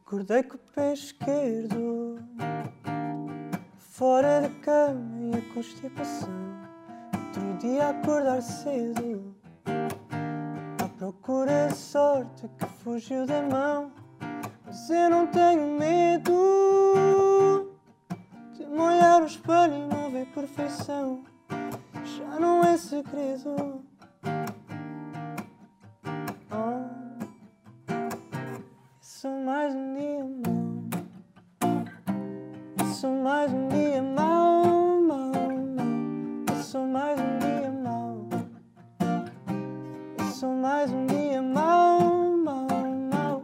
Acordei com o pé esquerdo fora da cama e a constipação. Outro dia a acordar cedo à procura de sorte que fugiu da mão. Mas eu não tenho medo de me olhar no espelho e não ver perfeição. Já não é segredo. Sou mais um dia mau. Eu sou mais um dia mau, mau, mau. Eu sou mais um dia mau. Eu sou mais um dia mau, mau, mau.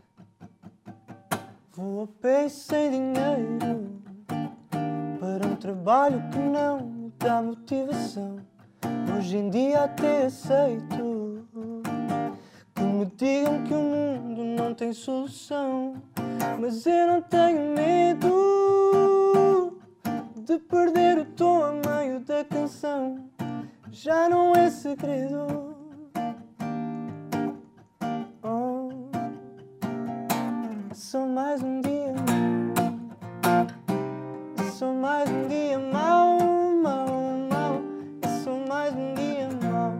Vou a pé sem dinheiro para um trabalho que não me dá motivação. Hoje em dia até aceito que me digam que o mundo não tem solução. Mas eu não tenho medo de perder o tom a meio da canção. Já não é segredo. Oh, sou mais um dia mau. Sou mais um dia mau, mau, mau. Eu sou mais um dia mau.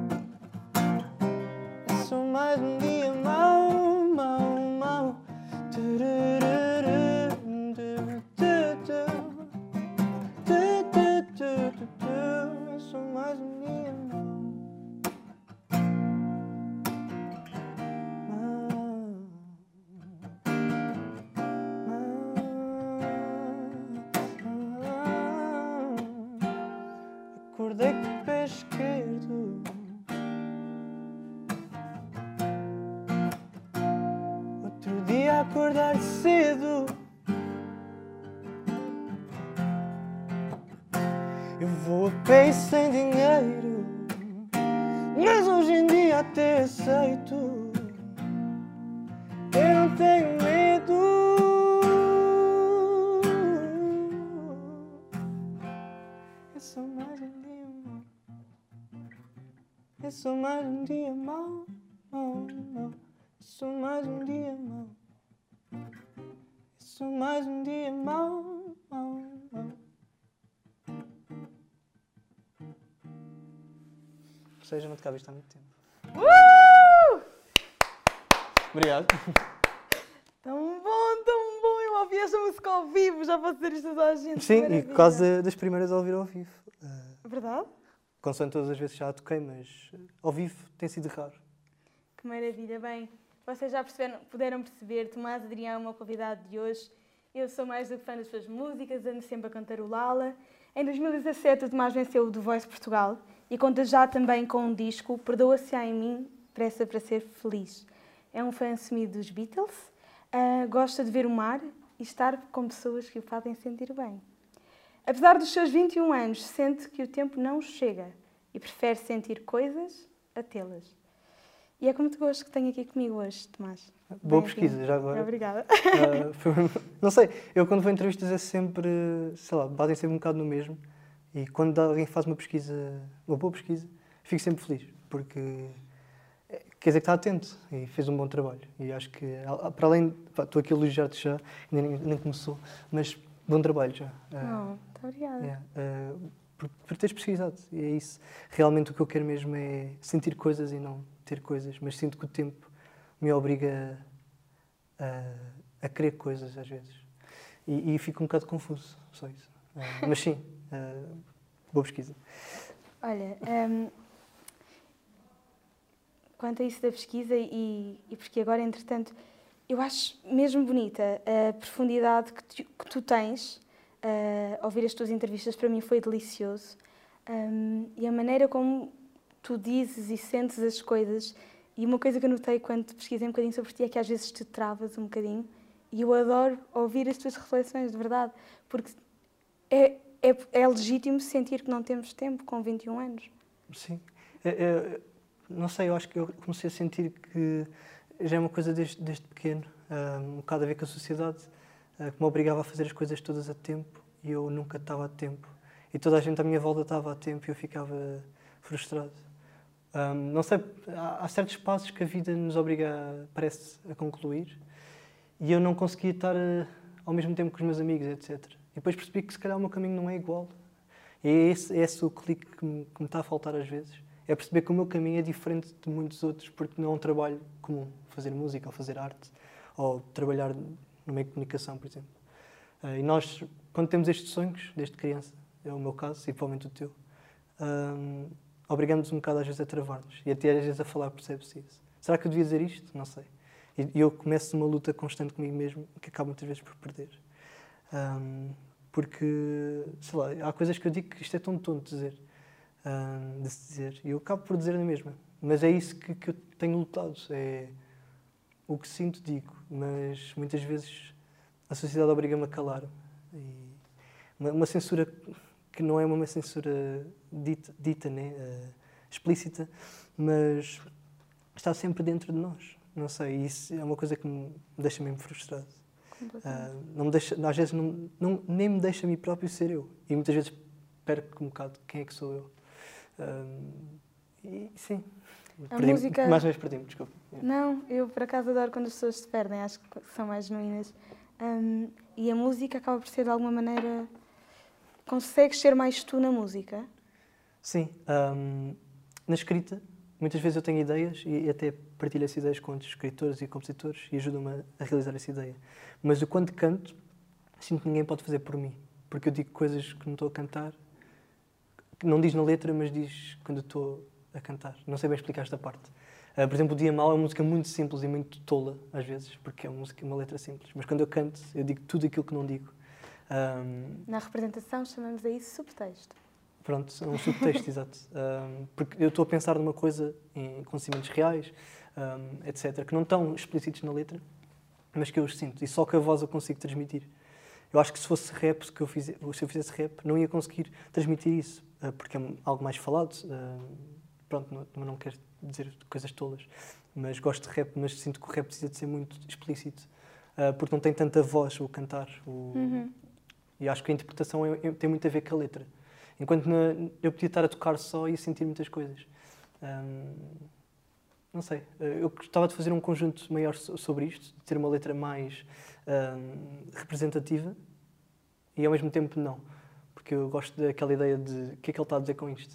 Eu sou mais um dia mau, mau, mau. Eu sou mais um dia mau. Acordei com o pé esquerdo. Outro dia a acordar cedo. Eu vou a pé e sem dinheiro, mas hoje em dia até aceito. Eu não tenho medo. Eu sou mais um dia mau. Eu sou mais um dia mau, mau, mau. Eu sou mais um dia mau. Eu sou mais um dia mau, mau, mau. Ou seja, não te cabe isto há muito tempo. Obrigado. Tão bom! Eu ouvi esta música ao vivo, já posso dizer isto a toda a gente. Sim, e quase das primeiras a ouvir ao vivo. Verdade? Consoante todas as vezes já a toquei, mas ao vivo tem sido raro. Que maravilha. Bem, vocês já puderam perceber, Tomás Adrião é o meu convidado de hoje. Eu sou mais do que fã das suas músicas, ando sempre a cantarolá-la. Em 2017 o Tomás venceu o The Voice Portugal e conta já também com um disco, Perdoa-se em mim, pressa para ser feliz. É um fã assumido dos Beatles, gosta de ver o mar e estar com pessoas que o fazem sentir bem. Apesar dos seus 21 anos, sente que o tempo não chega e prefere sentir coisas a tê-las. E é com muito gosto que tenho aqui comigo hoje, Tomás. Boa pesquisa, já agora. Obrigada. Não sei, eu quando vou a entrevistas é sempre, sei lá, batem sempre um bocado no mesmo. E quando alguém faz uma pesquisa, uma boa pesquisa, fico sempre feliz, porque quer dizer que está atento e fez um bom trabalho. E acho que, para além, estou aqui a elogiar-te já, ainda nem começou, mas bom trabalho já. Muito obrigada. Por teres pesquisado, e é isso. Realmente o que eu quero mesmo é sentir coisas e não ter coisas, mas sinto que o tempo me obriga a querer coisas às vezes. E fico um bocado confuso, só isso. Mas sim, boa pesquisa. Olha, quanto a isso da pesquisa e porque agora, entretanto, eu acho mesmo bonita a profundidade que tu tens. Ouvir as tuas entrevistas para mim foi delicioso. E a maneira como tu dizes e sentes as coisas. E uma coisa que eu notei quando pesquisei um bocadinho sobre ti é que às vezes te travas um bocadinho. E eu adoro ouvir as tuas reflexões, de verdade. Porque é legítimo sentir que não temos tempo com 21 anos. Sim. Não sei, eu acho que eu comecei a sentir que já é uma coisa desde pequeno, um bocado a ver com a sociedade, que me obrigava a fazer as coisas todas a tempo e eu nunca estava a tempo. E toda a gente à minha volta estava a tempo e eu ficava frustrado. Não sei, há certos passos que a vida nos obriga, parece, a concluir e eu não conseguia estar ao mesmo tempo com os meus amigos, etc. E depois percebi que se calhar o meu caminho não é igual. E é esse o clique que me está a faltar às vezes. É perceber que o meu caminho é diferente de muitos outros, porque não é um trabalho comum. Fazer música, ou fazer arte, ou trabalhar no meio de comunicação, por exemplo. E nós, quando temos estes sonhos, desde criança, é o meu caso, e provavelmente o teu, obrigamos um bocado às vezes a travar-nos. E até às vezes a falar, percebe-se isso. Será que eu devia dizer isto? Não sei. E eu começo uma luta constante comigo mesmo, que acabo muitas vezes por perder. Porque, sei lá, há coisas que eu digo que isto é tão tonto de se dizer. E eu acabo por dizer na mesma. Mas é isso que eu tenho lutado. É o que sinto, digo. Mas muitas vezes a sociedade obriga-me a calar. E uma censura que não é uma censura dita, né? Explícita, mas está sempre dentro de nós. Não sei, isso é uma coisa que me deixa mesmo frustrado. Não me deixa, às vezes nem me deixa a mim próprio ser eu. E muitas vezes perco um bocado quem é que sou eu. E sim, música... mais uma vez perdi-me, desculpa. Não, eu por acaso adoro quando as pessoas se perdem, acho que são mais genuínas. E a música acaba por ser de alguma maneira... Consegues ser mais tu na música? Sim, na escrita, muitas vezes eu tenho ideias e até partilho essas ideias com outros escritores e compositores e ajudam-me a realizar essa ideia. Mas eu, quando canto, sinto que ninguém pode fazer por mim. Porque eu digo coisas que não estou a cantar, que não diz na letra, mas diz quando eu estou a cantar. Não sei bem explicar esta parte. Por exemplo, O Dia Mau é uma música muito simples e muito tola, às vezes, porque é uma letra simples. Mas quando eu canto, eu digo tudo aquilo que não digo. Na representação chamamos a isso subtexto. Pronto, é um subtexto, exato. Porque eu estou a pensar numa coisa em acontecimentos reais, etc., que não estão explícitos na letra, mas que eu os sinto. E só com a voz eu consigo transmitir. Eu acho que se fosse rap, se eu fizesse rap, não ia conseguir transmitir isso, porque é algo mais falado. Pronto, não quero dizer coisas tolas, mas gosto de rap, mas sinto que o rap precisa de ser muito explícito, porque não tem tanta voz o cantar. E acho que a interpretação tem muito a ver com a letra. Enquanto eu podia estar a tocar só e a sentir muitas coisas. Não sei. Eu gostava de fazer um conjunto maior sobre isto, de ter uma letra mais representativa e ao mesmo tempo não. Porque eu gosto daquela ideia de o que é que ele está a dizer com isto.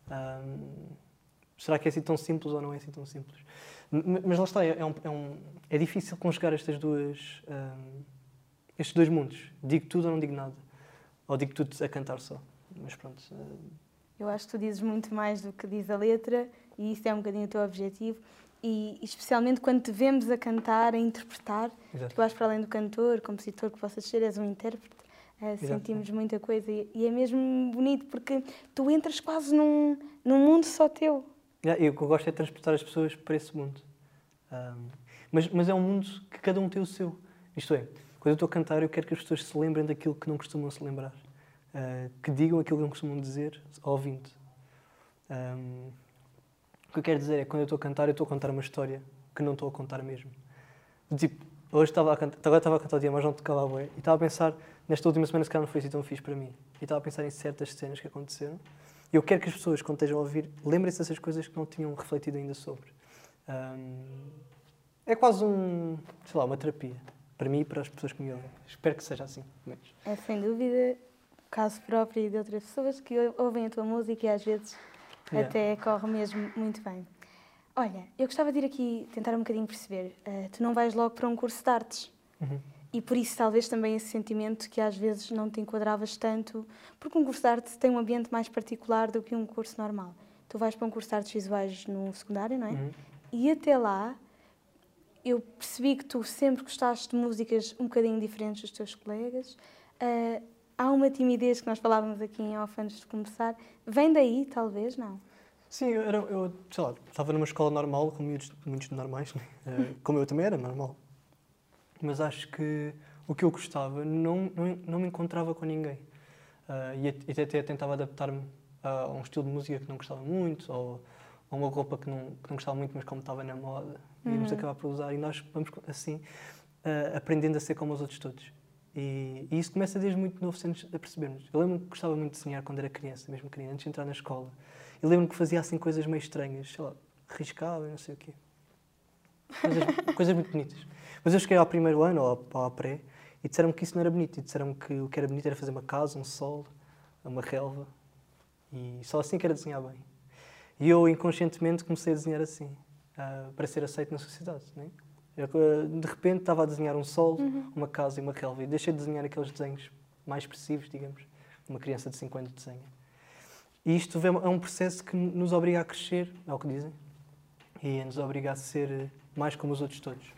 Será que é assim tão simples ou não é assim tão simples? Mas lá está, é difícil conjugar estes dois mundos. Digo tudo ou não digo nada. Ou digo tudo a cantar só. Mas pronto. Eu acho que tu dizes muito mais do que diz a letra e isso é um bocadinho o teu objetivo. E especialmente quando te vemos a cantar, a interpretar, tu vais para além do cantor, compositor que possas ser, és um intérprete. Sentimos muita coisa e é mesmo bonito porque tu entras quase num mundo só teu. Eu gosto é de transportar as pessoas para esse mundo. Mas é um mundo que cada um tem o seu. Isto é, quando eu estou a cantar, eu quero que as pessoas se lembrem daquilo que não costumam se lembrar. Que digam aquilo que não costumam dizer ouvindo. O que eu quero dizer é que quando eu estou a cantar, eu estou a contar uma história que não estou a contar mesmo. Tipo, hoje agora estava a cantar o Dia, mas não tocava a bué, e estava a pensar, nesta última semana, se calhar não foi assim tão fixe para mim. E estava a pensar em certas cenas que aconteceram. E eu quero que as pessoas, quando estejam a ouvir, lembrem-se dessas coisas que não tinham refletido ainda sobre. É quase uma terapia. Para mim e para as pessoas que me ouvem. Espero que seja assim, pelo menos. É sem dúvida caso próprio de outras pessoas que ouvem a tua música e às vezes até corre mesmo muito bem. Olha, eu gostava de ir aqui tentar um bocadinho perceber. Tu não vais logo para um curso de artes. E por isso talvez também esse sentimento que às vezes não te enquadravas tanto, porque um curso de artes tem um ambiente mais particular do que um curso normal. Tu vais para um curso de artes visuais no secundário, não é? E até lá eu percebi que tu sempre gostaste de músicas um bocadinho diferentes dos teus colegas. Há uma timidez que nós falávamos aqui em off antes de começar. Vem daí, talvez, não? Sim, eu sei lá, estava numa escola normal, com muitos normais, né? Como eu também era normal. Mas acho que o que eu gostava não me encontrava com ninguém. E até tentava adaptar-me a um estilo de música que não gostava muito, ou a uma roupa que não gostava muito, mas como estava na moda, íamos acabar por usar. E nós vamos, assim, aprendendo a ser como os outros todos. E isso começa desde muito novo, sem a percebermos. Eu lembro-me que gostava muito de desenhar quando era criança, mesmo criança, antes de entrar na escola. Eu lembro-me que fazia assim coisas meio estranhas, sei lá, riscava e não sei o quê. Coisas muito bonitas. Mas eu cheguei ao primeiro ano, ou ao pré, e disseram-me que isso não era bonito. E disseram-me que o que era bonito era fazer uma casa, um sol, uma relva. E só assim que era desenhar bem. E eu, inconscientemente, comecei a desenhar assim, para ser aceito na sociedade. Né? Eu, de repente, estava a desenhar um sol, uma casa e uma relva. E deixei de desenhar aqueles desenhos mais expressivos, digamos. Uma criança de 5 anos desenha. E isto é um processo que nos obriga a crescer, é o que dizem. E nos obriga a ser mais como os outros todos.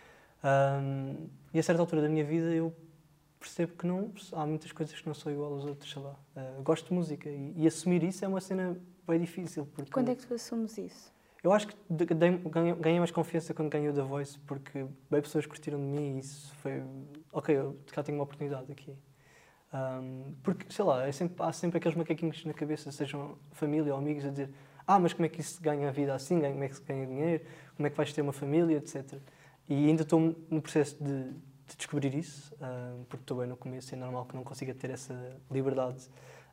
E a certa altura da minha vida eu percebo que não, há muitas coisas que não sou igual aos outros, sei lá. Gosto de música e assumir isso é uma cena bem difícil. Porque Quando é que tu assumes isso? eu acho que ganhei mais confiança quando ganhei o The Voice, porque bem pessoas curtiram de mim e isso foi... Ok, eu cá tenho uma oportunidade aqui. Porque, sei lá, há sempre aqueles macaquinhos na cabeça, sejam família ou amigos, a dizer mas como é que isso se ganha a vida assim, como é que se ganha dinheiro, como é que vais ter uma família, etc. E ainda estou no processo de descobrir isso, porque estou bem no começo e é normal que não consiga ter essa liberdade.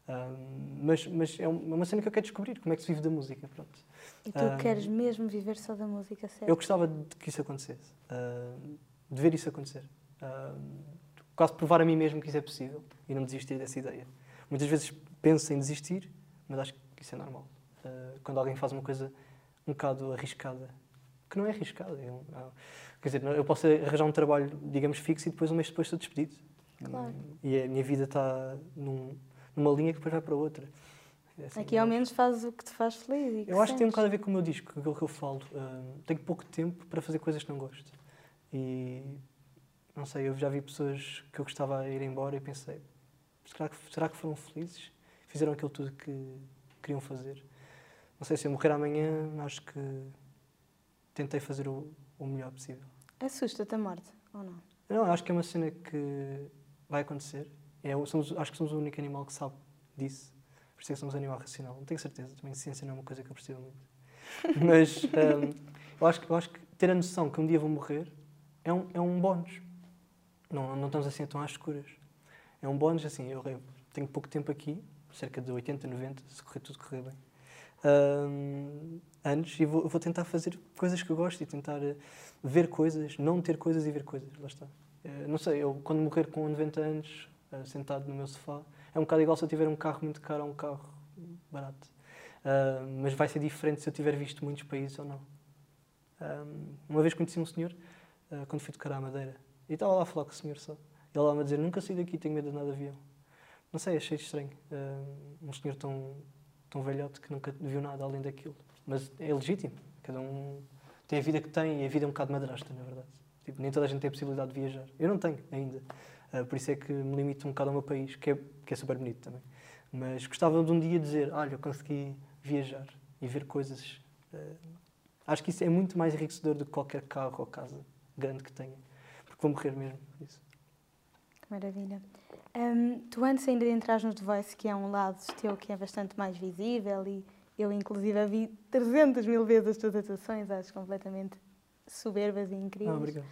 Mas é uma cena que eu quero descobrir, como é que se vive da música, pronto. E tu queres mesmo viver só da música, certo? Eu gostava de que isso acontecesse, de ver isso acontecer. Quase provar a mim mesmo que isso é possível e não desistir dessa ideia. Muitas vezes penso em desistir, mas acho que isso é normal. Quando alguém faz uma coisa um bocado arriscada, que não é arriscada, quer dizer, eu posso arranjar um trabalho, digamos, fixo e depois um mês depois estou despedido. Claro. E a minha vida está numa linha que depois vai para outra. Assim, aqui ao menos fazes o que te faz feliz. E que eu acho que tem um sentes. bocado a ver com o meu disco, com aquilo que eu falo. Tenho pouco tempo para fazer coisas que não gosto. E não sei, eu já vi pessoas que eu gostava de ir embora e pensei, será que foram felizes? Fizeram aquilo tudo que queriam fazer? Não sei, se eu morrer amanhã, acho que tentei fazer o melhor possível. Assusta-te a morte, ou não? Não, acho que é uma cena que vai acontecer. Acho que somos o único animal que sabe disso. Por isso é que somos um animal racional. Não tenho certeza, também ciência não é uma coisa que eu percebo muito. Mas eu acho que ter a noção que um dia vou morrer é um bónus. Não estamos assim tão às escuras. É um bónus, assim, eu tenho pouco tempo aqui, cerca de 80, 90, se tudo correr bem, anos, e vou tentar fazer coisas que eu gosto e tentar ver coisas, não ter coisas e ver coisas, lá está. Não sei, eu quando morrer com 90 anos, sentado no meu sofá, é um bocado igual se eu tiver um carro muito caro ou um carro barato. Mas vai ser diferente se eu tiver visto muitos países ou não. Uma vez conheci um senhor, quando fui tocar à Madeira, e estava lá a falar com o senhor só. Ele lá-me a dizer, nunca saí daqui, tenho medo de andar de avião. Não sei, achei estranho. Um senhor tão velhote que nunca viu nada além daquilo. Mas é legítimo. Cada um tem a vida que tem e a vida é um bocado madrasta, na verdade. Tipo, nem toda a gente tem a possibilidade de viajar. Eu não tenho ainda. Por isso é que me limito um bocado ao meu país, que é super bonito também. Mas gostava de um dia dizer, olha, eu consegui viajar e ver coisas. Acho que isso é muito mais enriquecedor do que qualquer carro ou casa grande que tenha. Porque vou morrer mesmo por isso. Que maravilha. Tu antes ainda de entrares no The Voice, que é um lado teu que é bastante mais visível, e eu inclusive vi 300 mil vezes as tuas atuações, acho completamente soberbas e incríveis. Obrigado.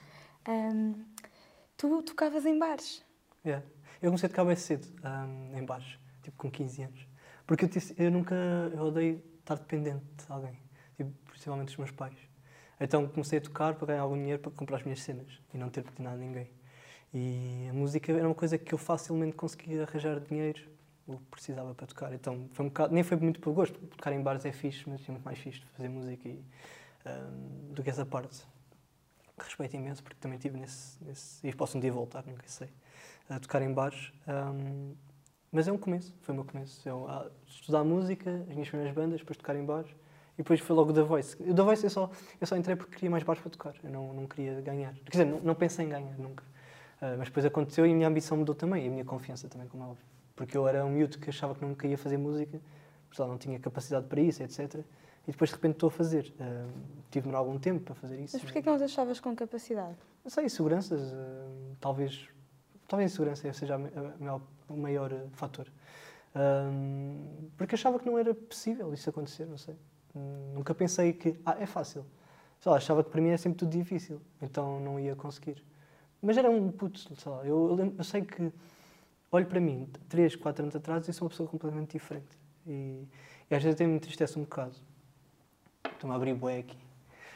Tu tocavas em bares. Yeah. Eu comecei a tocar bem cedo, em bares, tipo com 15 anos. Porque eu odeio estar dependente de alguém, tipo, principalmente dos meus pais. Então comecei a tocar para ganhar algum dinheiro para comprar as minhas cenas e não ter que pedir nada a ninguém. E a música era uma coisa que eu facilmente conseguia arranjar dinheiro, o que precisava para tocar. Então foi nem foi muito por gosto, porque tocar em bares é fixe, mas é muito mais fixe fazer música do que essa parte. Respeito imenso, porque também estive nesse... E posso um dia voltar, nunca sei, a tocar em bares. Mas é um começo, foi o meu começo. Estudar música, as minhas primeiras bandas, depois tocar em bares. E depois foi logo o The Voice. O The Voice eu só entrei porque queria mais bares para tocar. Eu não queria ganhar. Quer dizer, não pensei em ganhar nunca. Mas depois aconteceu e a minha ambição mudou também. E a minha confiança também, como é óbvio. Porque eu era um miúdo que achava que nunca ia fazer música. Porque não tinha capacidade para isso, etc. E depois de repente estou a fazer. Tive de demorar algum tempo para fazer isso. Mas porquê que não te achavas com capacidade? Não sei, inseguranças. Talvez a insegurança seja o maior fator. Porque achava que não era possível isso acontecer, não sei. Nunca pensei que, é fácil. Sei lá, achava que para mim era sempre tudo difícil, então não ia conseguir. Mas era um puto, sei lá, eu sei que olho para mim 3, 4 anos atrás e sou uma pessoa completamente diferente. E às vezes até me entristece um bocado. Estou-me a abrir bué aqui.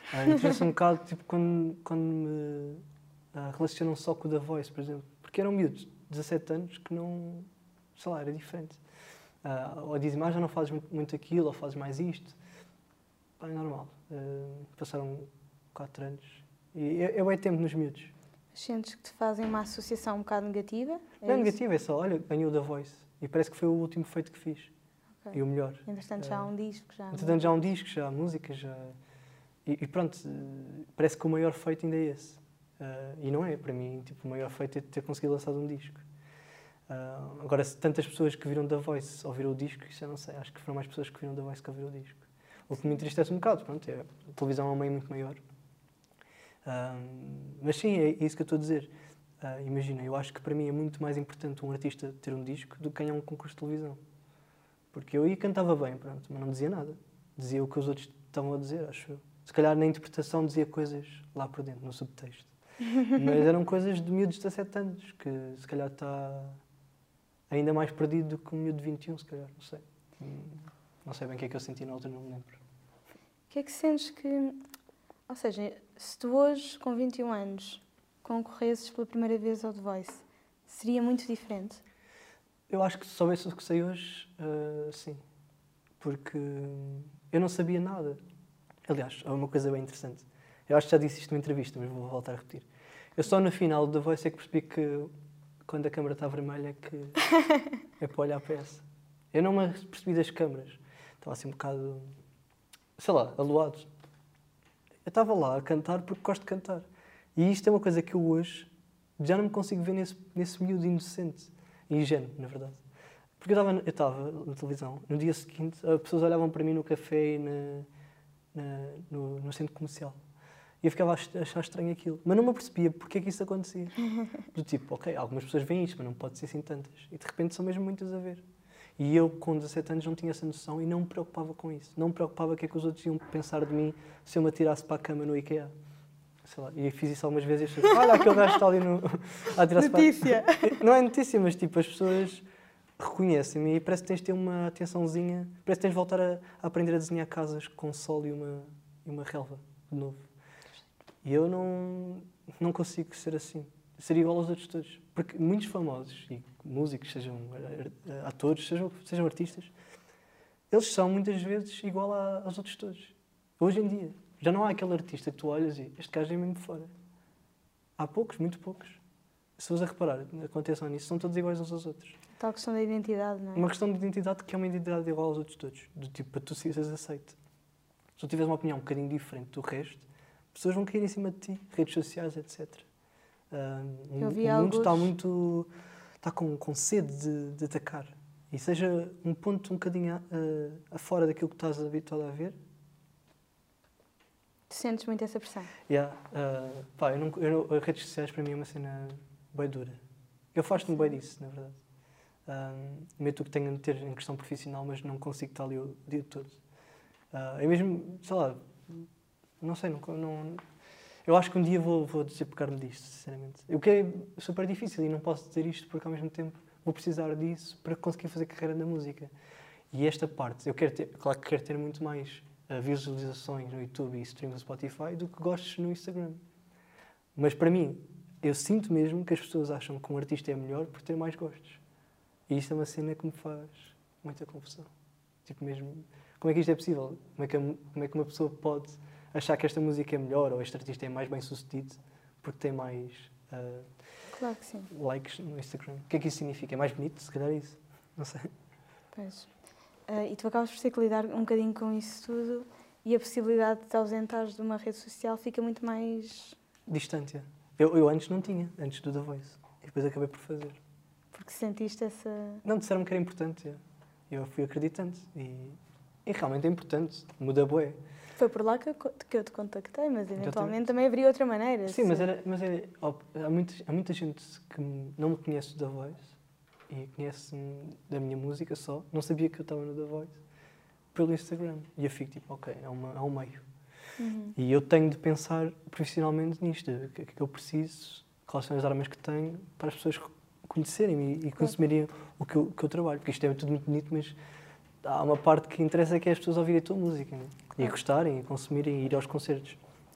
Interessa um bocado tipo, quando me relacionam só com o The Voice, por exemplo. Porque eram miúdos de 17 anos que não... Sei lá, era diferente. Ou dizem, já não fazes muito aquilo, ou fazes mais isto. Pá, é normal. Passaram 4 anos. E é bem tempo nos miúdos. Sentes que te fazem uma associação um bocado negativa? Não é negativo, é só, olha, ganhou o The Voice. E parece que foi o último feito que fiz. Okay. E o melhor. Entretanto, já há um disco, já há... Entretanto, já há um disco, já há música, já... E pronto, parece que o maior feito ainda é esse. E não é, para mim, tipo, o maior feito é ter conseguido lançar um disco. Agora, se tantas pessoas que viram The Voice ouviram o disco, isso eu não sei. Acho que foram mais pessoas que viram The Voice que ouviram o disco. O que me entristece um bocado, pronto, a televisão é um meio muito maior. Mas sim, é isso que eu estou a dizer. Imagina, eu acho que para mim é muito mais importante um artista ter um disco do que ganhar um concurso de televisão. Porque eu aí cantava bem, pronto, mas não dizia nada. Dizia o que os outros estavam a dizer, acho eu. Se calhar na interpretação dizia coisas lá por dentro, no subtexto. Mas eram coisas de miúdos de 17 anos, que se calhar está ainda mais perdido do que um miúdo de 21, se calhar, não sei. Não sei bem o que é que eu senti na altura, não me lembro. O que é que sentes que... Ou seja, se tu hoje, com 21 anos, concorresses pela primeira vez ao The Voice, seria muito diferente? Eu acho que se soubesse o que sei hoje, sim. Porque eu não sabia nada. Aliás, é uma coisa bem interessante. Eu acho que já disse isto numa entrevista, mas vou voltar a repetir. Eu só no final do The Voice é que percebi que quando a câmara está vermelha é para olhar para essa. Eu não me percebi das câmaras. Estava assim um bocado, sei lá, aloado. Eu estava lá a cantar porque gosto de cantar. E isto é uma coisa que eu hoje já não me consigo ver nesse miúdo inocente. Ingênuo, na verdade. Porque eu estava na televisão, no dia seguinte, as pessoas olhavam para mim no café e no centro comercial. E eu ficava a achar estranho aquilo. Mas não me apercebia porque é que isso acontecia. Do tipo, ok, algumas pessoas veem isto, mas não pode ser assim tantas. E de repente são mesmo muitas a ver. E eu, com 17 anos, não tinha essa noção e não me preocupava com isso. Não me preocupava o que é que os outros iam pensar de mim se eu me atirasse para a cama no IKEA. Sei lá, e fiz isso algumas vezes e as pessoas, olha, aquele gajo está ali a atirar-se para... Notícia! Não é notícia, mas tipo, as pessoas reconhecem-me e parece que tens de ter uma atençãozinha, parece que tens de voltar a aprender a desenhar casas com sol e uma relva, de novo. E eu não consigo ser assim. Ser igual aos outros todos. Porque muitos famosos, e músicos, sejam atores, sejam artistas, eles são muitas vezes igual aos outros todos. Hoje em dia. Já não há aquele artista que tu olhas e este gajo é mesmo fora. Há poucos, muito poucos. Se fores a reparar, aconteçam nisso, são todos iguais uns aos outros. Tal questão da identidade, não é? Uma questão de identidade que é uma identidade igual aos outros todos. Do tipo, para tu seres aceito. Se tu tiveres uma opinião um bocadinho diferente do resto, pessoas vão cair em cima de ti, redes sociais, etc. O mundo está muito... está com sede de atacar. E seja um ponto um bocadinho afora daquilo que estás habituado a ver. Tu sentes muito essa pressão? As redes sociais para mim é uma cena bem dura. Eu faço-me bem disso, na verdade. Meto o que tenho de ter em questão profissional, mas não consigo estar ali o dia todo. Eu mesmo, sei lá, não sei, eu acho que um dia vou desapegar-me disto, sinceramente. O que é super difícil e não posso dizer isto porque ao mesmo tempo vou precisar disso para conseguir fazer carreira na música. E esta parte, claro que quero ter muito mais visualizações no YouTube e streams no Spotify do que gostos no Instagram. Mas para mim, eu sinto mesmo que as pessoas acham que um artista é melhor por ter mais gostos. E isto é uma cena que me faz muita confusão. Tipo mesmo, como é que isto é possível? Como é que uma pessoa pode achar que esta música é melhor ou este artista é mais bem sucedido porque tem mais claro que sim. likes no Instagram? O que é que isso significa? É mais bonito? Se calhar é isso. Não sei. Pois. E tu acabas por ter que lidar um bocadinho com isso tudo e a possibilidade de te ausentares de uma rede social fica muito mais... distante, é. Eu antes não tinha, antes do The Voice. E depois acabei por fazer. Porque sentiste essa... Não, disseram-me que era importante, é. Eu fui acreditando. E realmente é importante. Muda bué. Foi por lá que eu te contactei, mas eventualmente também haveria outra maneira. Sim, há muita gente que não me conhece do The Voice e conhece-me da minha música só. Não sabia que eu estava no The Voice pelo Instagram. E eu fico tipo, ok, é um meio. Uhum. E eu tenho de pensar profissionalmente nisto. O que é que eu preciso, quais são as armas que tenho para as pessoas conhecerem-me e consumirem o que eu trabalho. Porque isto é tudo muito bonito, mas há uma parte que interessa que é as pessoas ouvirem a tua música, né? E gostarem, e consumirem, e ir aos concertos.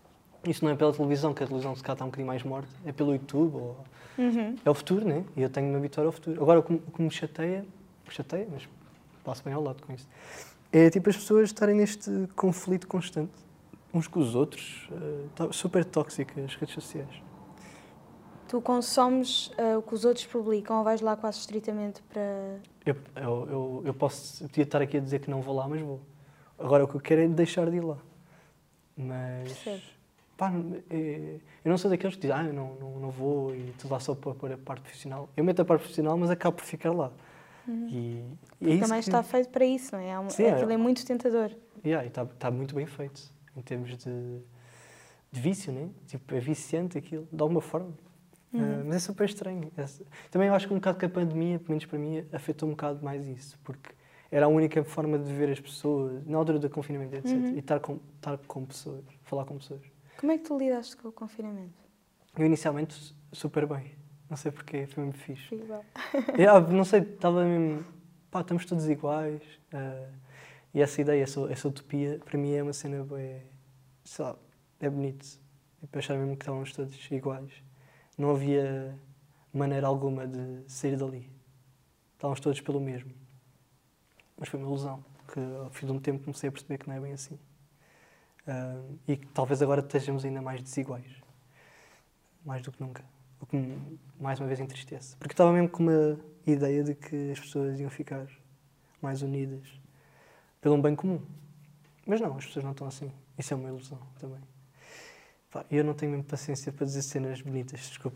Isso não é pela televisão, que a televisão se calhar está um bocadinho mais morta, é pelo YouTube, é o futuro, né? E eu tenho de me habituar ao futuro. Agora, o que me chateia, mas passo bem ao lado com isso, é tipo as pessoas estarem neste conflito constante, uns com os outros, super tóxicas, as redes sociais. Tu consomes o que os outros publicam ou vais lá quase estritamente para... Eu podia estar aqui a dizer que não vou lá, mas vou. Agora, o que eu quero é deixar de ir lá. Mas... Pá, eu não sou daqueles que dizem, eu não vou e tu lá só para pôr a parte profissional. Eu meto a parte profissional, mas acabo por ficar lá. E é isso também está feito para isso, não é? Sim, aquilo é muito tentador. E está muito bem feito, em termos de vício, né? Tipo, é viciante aquilo, de alguma forma. Mas é super estranho. Também eu acho que um bocado que a pandemia, pelo menos para mim, afetou um bocado mais isso, porque era a única forma de ver as pessoas, na altura do confinamento, etc. E estar com pessoas, falar com pessoas. Como é que tu lidaste com o confinamento? Eu inicialmente super bem. Não sei porquê, foi muito fixe. Foi igual. Não sei, estava mesmo... Pá, estamos todos iguais. E essa ideia, essa utopia, para mim é uma cena bem... Sei lá, é bonito. Tipo, achar mesmo que estávamos todos iguais. Não havia maneira alguma de sair dali. Estávamos todos pelo mesmo. Mas foi uma ilusão, que ao fim de um tempo comecei a perceber que não é bem assim. E que talvez agora estejamos ainda mais desiguais. Mais do que nunca. O que me, mais uma vez, entristece. Porque estava mesmo com uma ideia de que as pessoas iam ficar mais unidas pelo bem comum. Mas não, as pessoas não estão assim. Isso é uma ilusão também. Pá, eu não tenho mesmo paciência para dizer cenas bonitas, desculpa.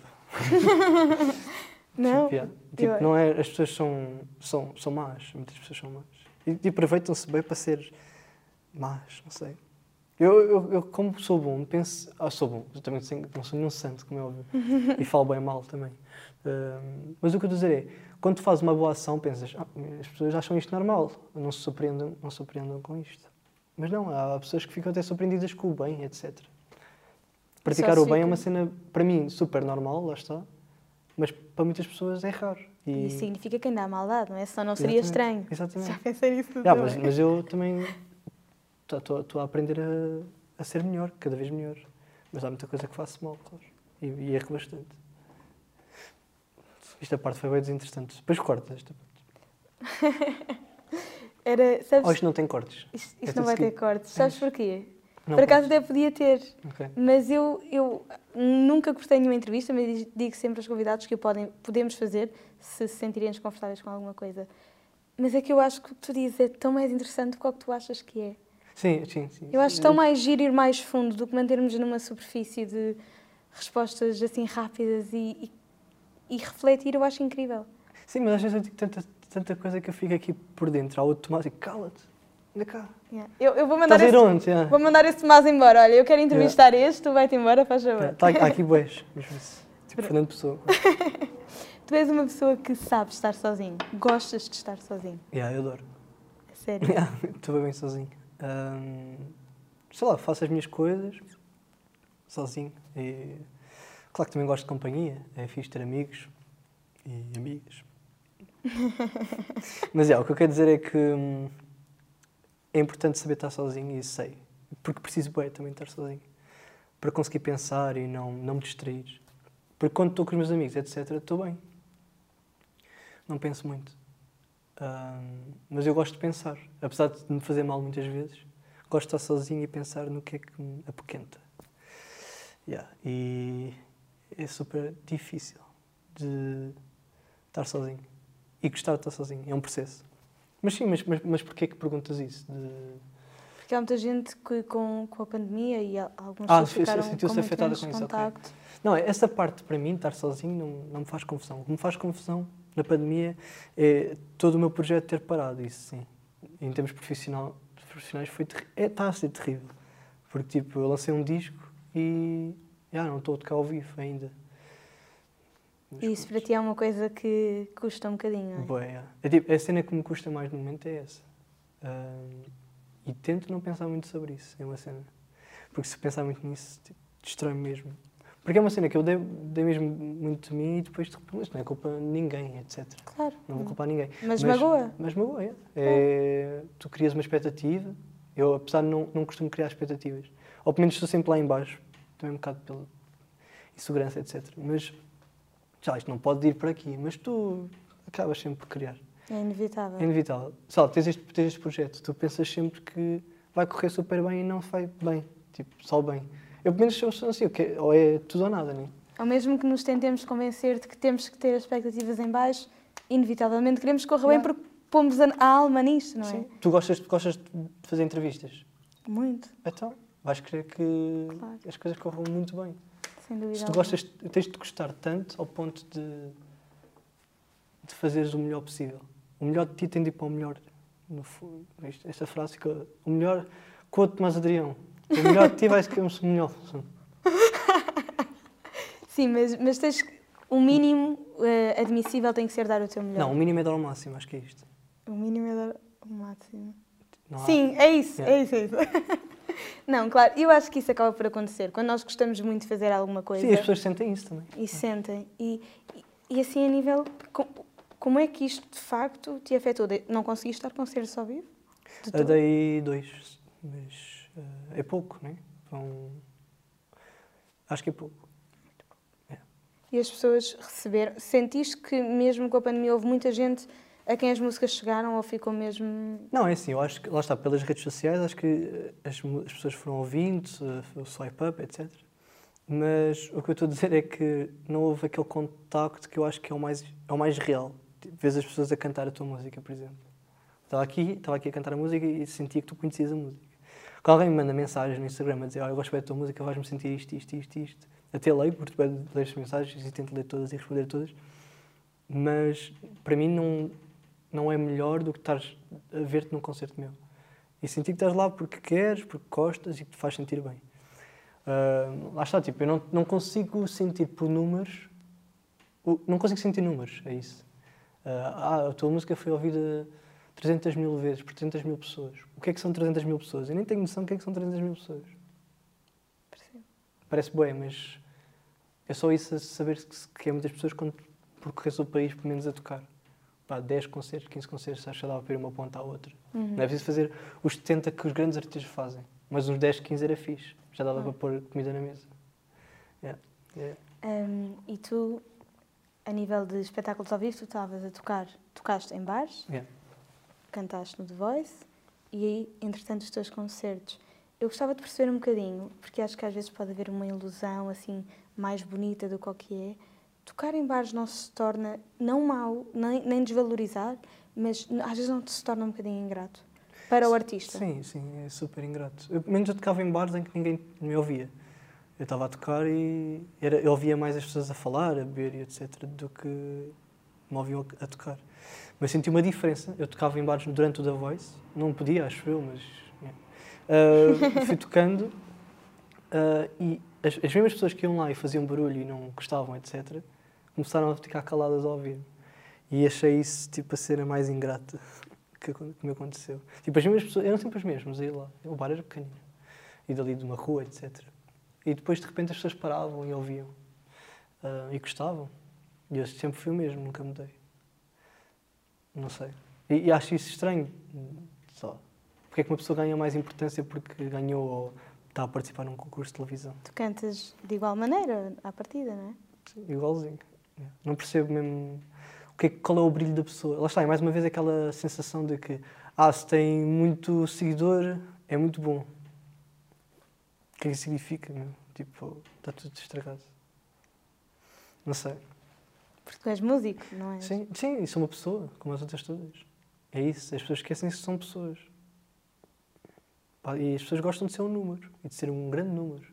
Não? Tipo, não é, as pessoas são más, muitas pessoas são más. E aproveitam-se bem para ser más, não sei. Eu como sou bom, penso... sou bom, eu também não sou nenhum santo, como é óbvio. E falo bem mal também. Mas o que eu estou a dizer é, quando tu fazes uma boa ação, pensas, as pessoas acham isto normal, não se surpreendam com isto. Mas não, há pessoas que ficam até surpreendidas com o bem, etc. Praticar o bem é uma cena, para mim, super normal, lá está. Mas para muitas pessoas é raro. E isso significa que ainda há maldade, não é? Senão não seria estranho. Exatamente. Já pensei nisso tudo. Mas eu também estou a aprender a ser melhor, cada vez melhor. Mas há muita coisa que faço mal, claro. E erro bastante. Esta parte foi bem desinteressante. Depois cortas esta parte. Sabes, isto não tem cortes. Isto não vai ter cortes. Sabes porquê? Não Por acaso podes. até podia ter. Okay. Mas eu nunca cortei nenhuma entrevista, mas digo sempre aos convidados que podemos fazer se sentirem desconfortáveis com alguma coisa. Mas é que eu acho que o que tu dizes é tão mais interessante do que o que tu achas que é. Sim. Eu acho tão mais giro ir mais fundo do que mantermos numa superfície de respostas assim rápidas e refletir, eu acho incrível. Sim, mas às vezes eu digo tanta coisa que eu fico aqui por dentro. Há outro Tomás e cala-te, anda cá. Yeah. Eu vou mandar Vou mandar esse Tomás embora. Olha, eu quero entrevistar este, tu vai-te embora, faz favor. Há aqui bués, tipo Fernando Pessoa. Tu és uma pessoa que sabe estar sozinho, gostas de estar sozinho. Eu adoro. Sério? Estou bem sozinho. Sei lá, faço as minhas coisas sozinho. E, claro que também gosto de companhia, é fixe ter amigos e amigas. Mas o que eu quero dizer é que é importante saber estar sozinho e isso sei. Porque preciso bem também estar sozinho. Para conseguir pensar e não me distrair. Porque quando estou com os meus amigos, etc., estou bem. Não penso muito. Mas eu gosto de pensar. Apesar de me fazer mal muitas vezes, gosto de estar sozinho e pensar no que é que me apoquenta. E é super difícil de estar sozinho. E gostar de estar sozinho. É um processo. Mas sim, mas porquê é que perguntas isso? Porque há muita gente que com a pandemia e alguns ficaram com muito menos contacto. Okay. Não, essa parte para mim, estar sozinho, não me faz confusão. O que me faz confusão na pandemia é todo o meu projeto ter parado, isso sim. Em termos profissionais está a ser terrível. Porque tipo, eu lancei um disco e não estou a tocar ao vivo ainda. E isso para ti é uma coisa que custa um bocadinho, não é? A cena que me custa mais no momento é essa. E tento não pensar muito sobre isso, é uma cena. Porque se pensar muito nisso, destrói-me mesmo. Porque é uma cena que eu dei mesmo muito de mim e depois de repente, não é culpa de ninguém, etc. Claro. Não vou culpar ninguém. Mas magoa. Mas magoa, Tu crias uma expectativa. Eu, apesar de não costumo criar expectativas, ou pelo menos estou sempre lá em baixo, também um bocado pela insegurança, etc. Mas, já, isto não pode ir para aqui, mas tu acabas sempre por criar. É inevitável. É inevitável. Só, tens este projeto, tu pensas sempre que vai correr super bem e não vai bem. Tipo, só bem. Eu, pelo menos, sou assim, ou é tudo ou nada, né? Ou mesmo que nos tentemos convencer de que temos que ter as expectativas em baixo, inevitavelmente queremos que corra bem porque pomos a alma nisto, não é? Sim. Tu gostas de fazer entrevistas? Muito, Então, vais querer que Claro. as coisas corram muito bem. sem dúvida Se tu alguma. gostas, tens de gostar tanto ao ponto de fazeres o melhor possível. O melhor de ti tem de ir para o melhor. No fundo, esta frase que o melhor quote de Tomás Adrião. O melhor de ti vai ser o melhor. Sim, mas tens o mínimo admissível tem que ser dar o teu melhor. Não, o mínimo é dar ao máximo, acho que é isto. O mínimo é dar o máximo. Não há- Sim, é isso, Yeah. é isso, é isso. Não, claro, eu acho que isso acaba por acontecer. Quando nós gostamos muito de fazer alguma coisa Sim, as pessoas sentem isso também. e sentem. E assim a nível. Como é que isto de facto te afetou? Não conseguiste dar concertos ao vivo? De Eu todo? dei 2, mas é pouco, não é? Acho que é pouco. E as pessoas receberam. Sentiste que mesmo com a pandemia houve muita gente a quem as músicas chegaram ou ficou mesmo. Não, é assim, eu acho que, lá está, pelas redes sociais, acho que as pessoas foram ouvindo, o swipe up, etc. Mas o que eu estou a dizer é que não houve aquele contacto que eu acho que é o mais real. Tipo, vês as pessoas a cantar a tua música, por exemplo. Estava aqui a cantar a música e sentia que tu conhecias a música. Quando alguém me manda mensagem no Instagram a dizer eu gosto bem da tua música, vais-me sentir isto. Até leio, porque tu ler as mensagens e tento ler todas e responder todas. Mas, para mim, não é melhor do que estares a ver-te num concerto meu. E sentir que estás lá porque queres, porque gostas e que te faz sentir bem. Lá está, tipo, eu não consigo sentir por números. Não consigo sentir números, é isso. A tua música foi ouvida 300 mil vezes por 300 mil pessoas. O que é que são 300 mil pessoas? Eu nem tenho noção do que é que são 300 mil pessoas. Percebo. Parece bem, mas é só isso a saber que é muitas pessoas quando percorres o país, pelo menos a tocar. 10 concertos, 15 concertos, acho que dava para ir uma ponta à outra. Uhum. Não é preciso fazer os 70 que os grandes artistas fazem, mas uns 10, 15 era fixe. Já dava para pôr comida na mesa. Yeah. E tu, a nível de espetáculos ao vivo, tu estavas a tocar, tocaste em bares, Yeah. cantaste no The Voice e aí, entretanto, os teus concertos. Eu gostava de perceber um bocadinho, porque acho que às vezes pode haver uma ilusão assim mais bonita do que o que é. Tocar em bares não se torna, não mau, nem desvalorizar, mas às vezes não se torna um bocadinho ingrato para o artista. Sim, é super ingrato. Pelo menos eu tocava em bares em que ninguém me ouvia. Eu estava a tocar e eu ouvia mais as pessoas a falar, a beber e etc. do que me ouviam a tocar. Mas senti uma diferença. Eu tocava em bares durante o The Voice, não podia, acho eu, mas... fui tocando e as mesmas pessoas que iam lá e faziam barulho e não gostavam, etc., começaram a ficar caladas ao ouvir. E achei isso tipo a cena mais ingrata que me aconteceu. Tipo, as mesmas pessoas, eram sempre as mesmas a ir lá. O bar era pequenino. E dali de uma rua, etc. E depois de repente as pessoas paravam e ouviam. E gostavam. E eu sempre fui o mesmo, nunca mudei. Não sei. E acho isso estranho. Só. Porque é que uma pessoa ganha mais importância porque ganhou ou está a participar num concurso de televisão? Tu cantas de igual maneira, à partida, não é? Sim, igualzinho. Não percebo mesmo qual é o brilho da pessoa. Lá está, é mais uma vez aquela sensação de que se tem muito seguidor, é muito bom. O que é que isso significa? Meu? Tipo, está tudo estragado. Não sei. Porque tu és músico, não é? Sim, e sou uma pessoa, como as outras todas. É isso, as pessoas esquecem-se que são pessoas. E as pessoas gostam de ser um número e de ser um grande número.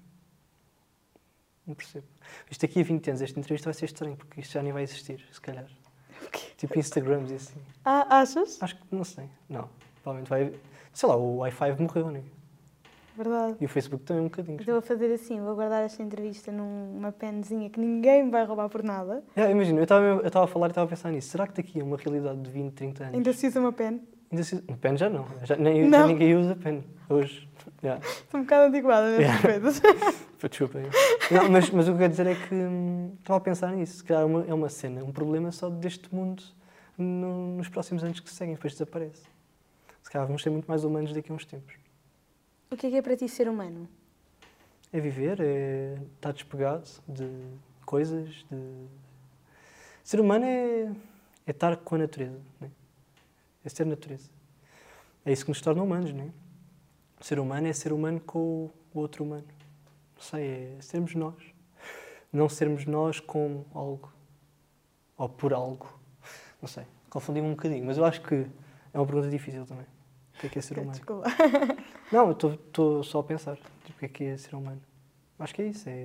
Não percebo. Isto aqui a 20 anos, esta entrevista vai ser estranho, porque isto já nem vai existir, se calhar. Tipo Instagrams e assim. Achas? Acho que, não sei. Não. Provavelmente vai... Sei lá, o i5 morreu, não é? Verdade. E o Facebook também um bocadinho. Então vou fazer assim, vou guardar esta entrevista numa penzinha que ninguém me vai roubar por nada. Imagina, eu estava a falar e estava a pensar nisso. Será que daqui a uma realidade de 20, 30 anos... Ainda se usa uma pen. Um pen já não. Já Não. ninguém usa pen hoje. Estou um bocado antiquada nessas coisas. Desculpa. Não, mas o que eu quero dizer é que estava a pensar nisso. Se calhar é uma cena, um problema só deste mundo nos próximos anos que se seguem, depois desaparece. Se calhar vamos ser muito mais humanos daqui a uns tempos. O que é para ti ser humano? É viver, é estar despegado de coisas, de... Ser humano é estar com a natureza, né? É ser natureza. É isso que nos torna humanos, não é? Ser humano é ser humano com o outro humano. Não sei, é sermos nós. Não sermos nós com algo. Ou por algo. Não sei, confundi-me um bocadinho, mas eu acho que é uma pergunta difícil também. O que é ser humano? Desculpa. Não, eu estou só a pensar. Tipo, o que é ser humano? Acho que é isso,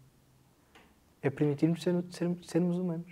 é permitirmos sermos humanos.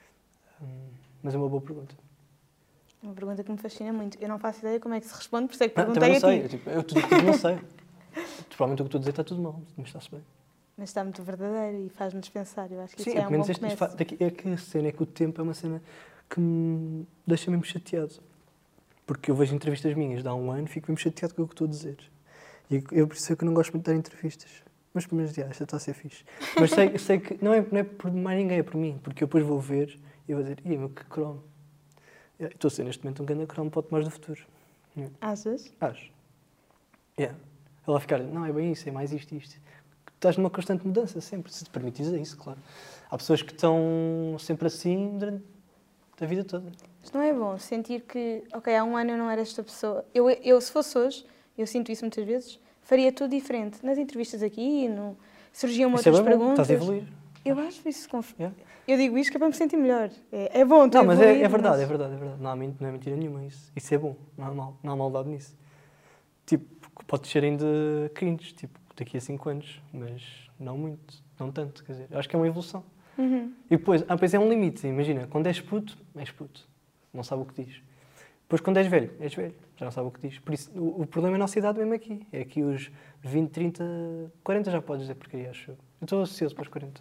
Mas é uma boa pergunta. Uma pergunta que me fascina muito. Eu não faço ideia como é que se responde, por isso é que Também perguntei não a sei, ti. tipo, eu tudo não sei. Provavelmente o que estou a dizer está tudo mal, mas está-se bem. Mas está muito verdadeiro e faz-nos pensar. Eu acho que Sim, isso é pelo um bom menos começo. é que a cena é que o tempo é uma cena que me deixa mesmo chateado. Porque eu vejo entrevistas minhas de há um ano e fico mesmo chateado com o que estou a dizer. E eu percebo que eu não gosto muito de dar entrevistas. Mas pelo menos, esta está a ser fixe. Mas sei que não é por mais ninguém, é por mim. Porque eu depois vou ver e vou dizer, meu, que cromo. Estou a ser neste momento um grande cromo para o Tomás do futuro. Achas? Acho. Ela vai ficar, não, é bem isso, é mais isto. Estás numa constante mudança sempre, se te permitires é isso, claro. Há pessoas que estão sempre assim durante a vida toda. Mas não é bom sentir que, ok, há um ano eu não era esta pessoa. Eu se fosse hoje, eu sinto isso muitas vezes, faria tudo diferente. Nas entrevistas aqui, surgiam Isso outras é bem bom, perguntas. estás a evoluir. Eu acho isso... Yeah. Eu digo isto que é para me sentir melhor. É bom, Não, mas evoluir, é verdade, mas... é verdade. Não é mentira nenhuma isso. Isso é bom, não há maldade nisso. Tipo, pode ser ainda cringe, tipo, daqui a 5 anos, mas não muito, não tanto, quer dizer, acho que é uma evolução. Uhum. E depois é um limite, imagina, quando és puto, não sabe o que diz. Depois quando és velho, já não sabe o que diz. Por isso, o problema é a nossa idade mesmo aqui. É aqui os 20, 30, 40 já podes dizer porcaria, acho eu. Eu estou ansioso para os 40.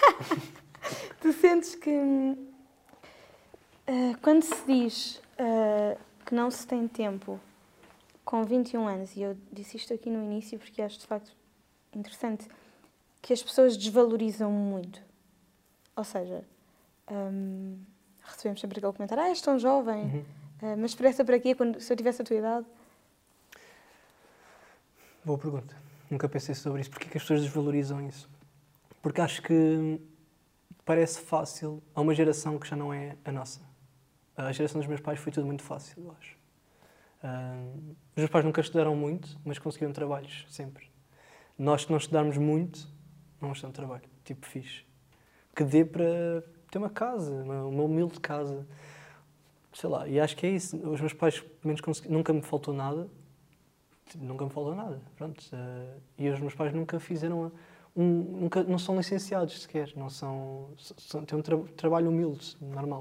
Tu sentes que quando se diz que não se tem tempo com 21 anos, e eu disse isto aqui no início porque acho de facto interessante, que as pessoas desvalorizam muito. Ou seja, recebemos sempre aquele comentário, és tão jovem, mas pressa para quê se eu tivesse a tua idade? Boa pergunta. Nunca pensei sobre isso. Porquê que as pessoas desvalorizam isso? Porque acho que parece fácil a uma geração que já não é a nossa. A geração dos meus pais foi tudo muito fácil, eu acho. Os meus pais nunca estudaram muito, mas conseguiram trabalhos, sempre. Nós que não estudarmos muito, não vamos ter um trabalho, tipo fixe. Que dê para ter uma casa, uma humilde casa. Sei lá, e acho que é isso. Os meus pais, pelo menos, nunca me faltou nada. Nunca me faltou nada, pronto. E os meus pais nunca fizeram... não são licenciados sequer, não têm um trabalho humilde, normal.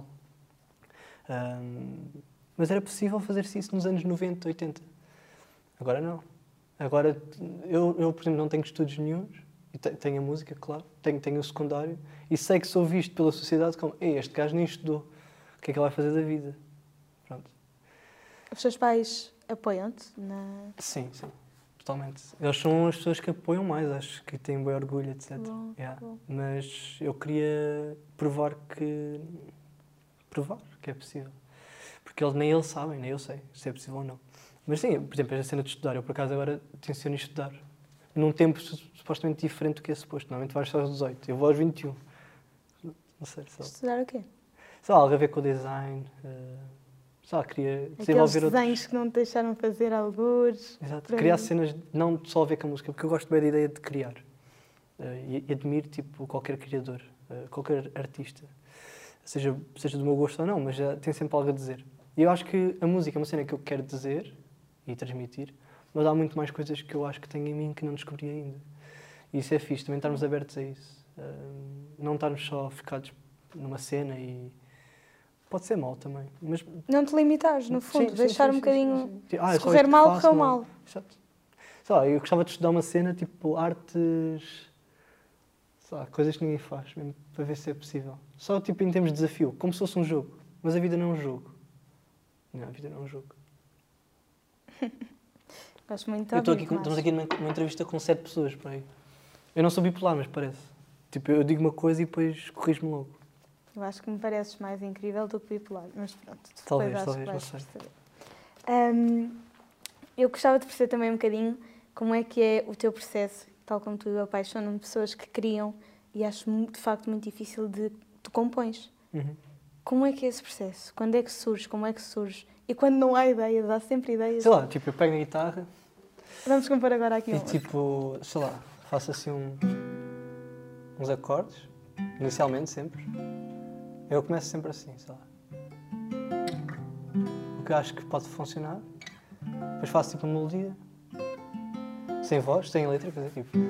Mas era possível fazer-se isso nos anos 90, 80. Agora não. Agora, eu por exemplo, não tenho estudos nenhuns. E tenho a música, claro. Tenho o secundário. E sei que sou visto pela sociedade como este gajo nem estudou. O que é que ele vai fazer da vida? Pronto. Os teus pais apoiam-te? Sim, totalmente. Eles são as pessoas que apoiam mais, acho que têm bem orgulho, etc. Bom. Mas eu queria provar que é possível. Porque nem eles sabem, nem eu sei se é possível ou não. Mas sim, por exemplo, a cena de estudar, eu por acaso agora tenciono estudar. Num tempo supostamente diferente do que é suposto. Normalmente vais só aos 18, eu vou aos 21. Não sei, só. Estudar o quê? Só algo a ver com o design. Só queria desenvolver aqueles desenhos que não te deixaram fazer algures. Exato, criar cenas, não só a ver com a música, porque eu gosto bem da ideia de criar. E admiro tipo, qualquer criador, qualquer artista. Seja do meu gosto ou não, mas tem sempre algo a dizer. E eu acho que a música é uma cena que eu quero dizer e transmitir, mas há muito mais coisas que eu acho que tenho em mim que não descobri ainda. E isso é fixe, também estarmos abertos a isso. Não estarmos só focados numa cena e... Pode ser mau também, mas... Não te limitares, no fundo, deixar um bocadinho... Se correr mal, correu mal. Exato. Eu gostava de estudar uma cena tipo artes... coisas que ninguém faz, mesmo para ver se é possível. Só tipo em termos de desafio, como se fosse um jogo. Mas a vida não é um jogo. Não, a vida não é um jogo. Gosto muito de estamos aqui numa entrevista com 7 pessoas, por aí. Eu não sou bipolar, mas parece. Tipo, eu digo uma coisa e depois corrijo-me logo. Eu acho que me pareces mais incrível do que bipolar, mas pronto. Talvez, não sei. Eu gostava de perceber também um bocadinho como é que é o teu processo tal como tu, eu apaixono-me de pessoas que criam e acho de facto muito difícil de tu compões. Como é que é esse processo? Quando é que surge? Como é que surge? E quando não há ideias, há sempre ideias. Sei lá, tipo, eu pego na guitarra Vamos compor agora aqui e tipo, sei lá, faço assim uns acordes, inicialmente sempre. Eu começo sempre assim, sei lá. O que eu acho que pode funcionar. Depois faço tipo uma melodia. Sem voz, sem letra, quer dizer, tipo...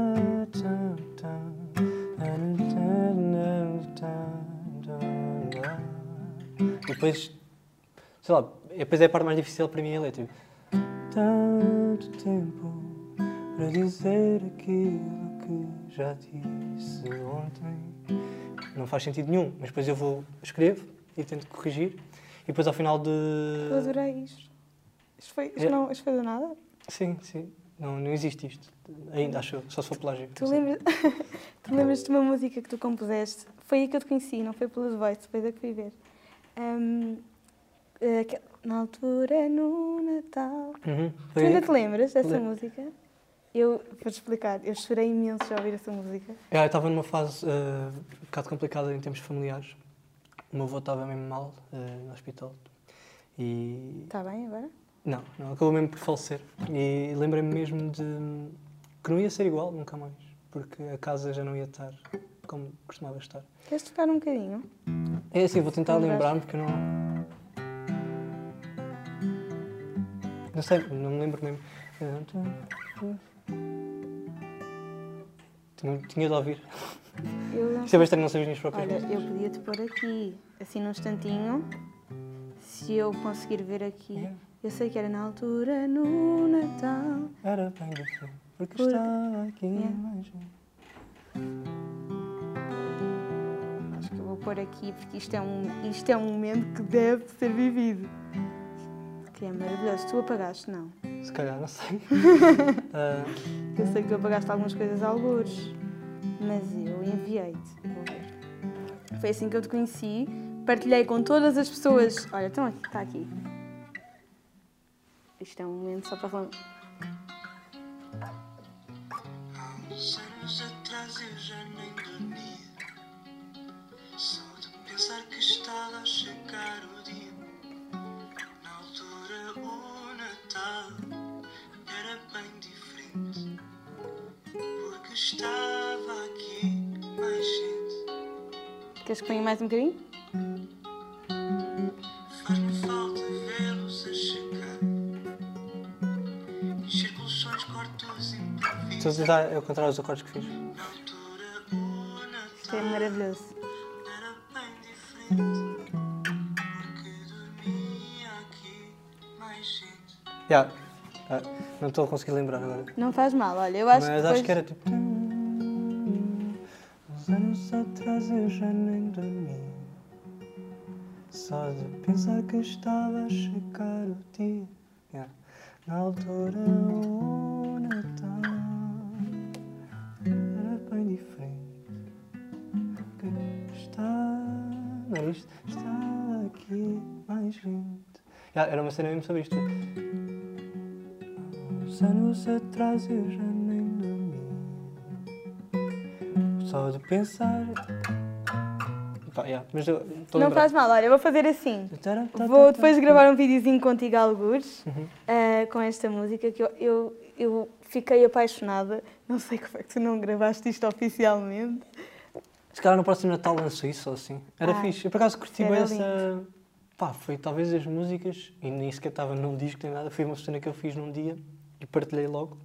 E depois, sei lá, depois é a parte mais difícil para mim a letra. Tanto tempo para dizer aquilo que já disse ontem. Não faz sentido nenhum, mas depois eu vou, escrevo e tento corrigir. E depois ao final de... Eu adorei isto. Isto foi do nada? Sim, sim. Não existe isto. Ainda, acho eu. Só se for plágio. Tu lembras de uma música que tu compuseste? Foi aí que eu te conheci, não foi pelo The Voice, depois é que fui ver. Na altura, no Natal. Tu ainda te lembras dessa música? Eu vou-te explicar. Eu chorei imenso já ouvir essa música. Eu estava numa fase um bocado complicada em termos familiares. O meu avô estava mesmo mal no hospital. E... Está bem agora? Não, acabou mesmo por falecer. E lembrei-me mesmo de que não ia ser igual nunca mais, porque a casa já não ia estar como costumava estar. Queres tocar um bocadinho? É assim, vou tentar lembrar-me, porque eu não... Não sei, não me lembro mesmo. Tinha de ouvir. Isto é bastante, não sei as minhas próprias Olha, músicas. eu podia-te pôr aqui, assim num instantinho, se eu conseguir ver aqui. Eu sei que era na altura, no Natal. Era bem diferente, porque estava aqui mais... Acho que eu vou pôr aqui, porque isto é um momento que deve ser vivido. Que é maravilhoso. Tu apagaste, não? Se calhar, não sei. Eu sei que tu apagaste algumas coisas algures, mas eu enviei-te. Vou ver. Foi assim que eu te conheci. Partilhei com todas as pessoas. Olha, estão aqui, está aqui. Isto é um momento só para falar. Há uns anos atrás eu já nem dormia, só de pensar que estava a chegar o dia. Na altura o Natal era bem diferente, porque estava aqui mais gente. Queres que ponha mais um bocadinho? Faz-me falta vê-los a chegar. Encher colchões, cortos improvisos. Estou a tentar encontrar os acordes que fiz. Na altura o Natal Isto é maravilhoso. era bem diferente, porque dormia aqui mais gente. Não estou a conseguir lembrar agora. Não faz mal, olha, eu acho Mas que depois... acho que era tipo... Uns anos atrás eu já nem dormia, só de pensar que estava a chegar o dia. Na altura o Natal era bem diferente, que está... Não era isto? Está aqui mais gente. Era uma cena mesmo sobre isto. Uns anos atrás eu já nem dormia, só de pensar... mas eu estou a Não lembrar. faz mal, olha, eu vou fazer assim. Vou depois gravar um videozinho contigo, algures, com esta música, que eu fiquei apaixonada. Não sei como é que tu não gravaste isto oficialmente. Se calhar no próximo Natal lanço isso ou assim. Era fixe. Eu por acaso curti bem essa... lindo. Foi talvez as músicas, e nem sequer estava num disco nem nada, foi uma cena que eu fiz num dia e partilhei logo.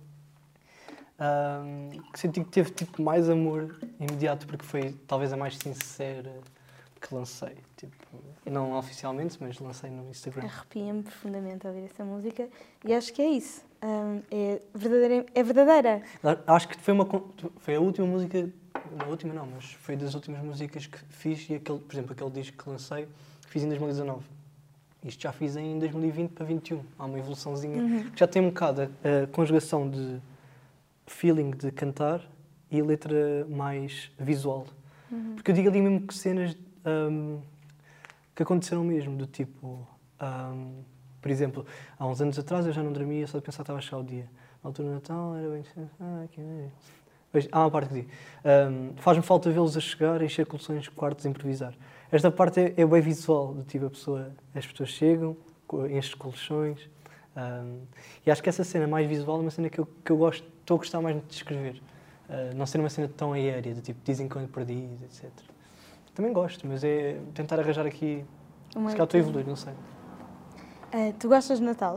Que senti que teve tipo mais amor imediato, porque foi talvez a mais sincera que lancei. Tipo, não oficialmente, mas lancei no Instagram. Arrepia-me profundamente a ouvir essa música e acho que é isso. É verdadeira. Acho que foi a última música, não a última não, mas foi das últimas músicas que fiz e por exemplo, aquele disco que lancei, fiz em 2019. Isto já fiz em 2020 para 2021. Há uma evoluçãozinha que já tem um bocado a conjugação de feeling de cantar e letra mais visual. Porque eu digo ali mesmo que cenas que aconteceram mesmo, do tipo... por exemplo, há uns anos atrás eu já não dormia, só de pensar que estava a chegar o dia. Na altura do Natal era bem... Há uma parte que diz. Faz-me falta vê-los a chegar, encher coleções, quartos, improvisar. Esta parte é bem visual, do tipo as pessoas chegam, enchem colchões. E acho que essa cena mais visual é uma cena que eu gosto, estou a gostar mais de descrever. Não ser uma cena tão aérea, do tipo dizem que eu ando perdido, etc. Também gosto, mas é tentar arranjar aqui... Se calhar estou a evoluir, não sei. Tu gostas de Natal?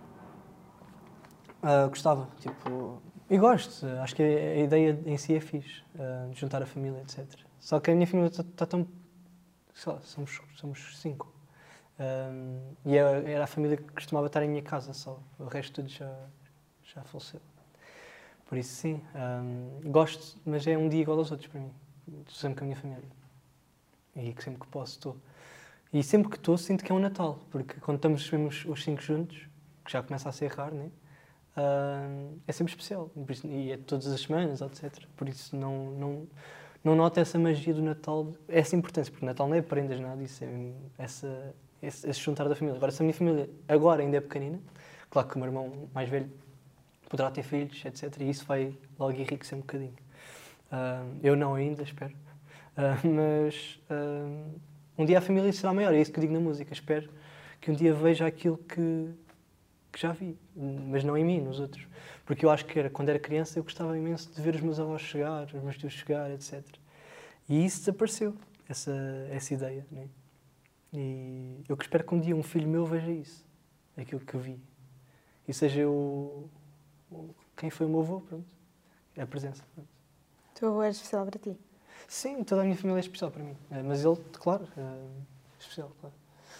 Gostava, tipo... E gosto, acho que a ideia em si é fixe, de juntar a família, etc. Só que a minha família está tão... Sei lá, somos 5. E era a família que costumava estar em minha casa só. O resto tudo já faleceu. Por isso, sim, gosto, mas é um dia igual aos outros para mim. Estou sempre com a minha família. E que sempre que posso estou. E sempre que estou, sinto que é um Natal. Porque quando estamos mesmo os 5 juntos, que já começa a ser raro, né? É sempre especial. E é todas as semanas, etc. Por isso não noto essa magia do Natal, essa importância. Porque o Natal não é prendas, nada disso. É esse juntar da família. Agora, se a minha família agora ainda é pequenina, claro que o meu irmão mais velho poderá ter filhos, etc. E isso vai logo enriquecer um bocadinho. Eu não ainda, espero. Mas um dia a família será maior, é isso que eu digo na música. Espero que um dia veja aquilo que já vi, mas não em mim, nos outros. Porque eu acho que quando era criança eu gostava imenso de ver os meus avós chegar, os meus tios chegar, etc. E isso desapareceu, essa ideia. Né? E eu espero que um dia um filho meu veja isso, aquilo que eu vi. E seja quem foi o meu avô, pronto. É a presença. Pronto. O teu avô é especial para ti? Sim, toda a minha família é especial para mim. Mas ele, claro, especial, claro.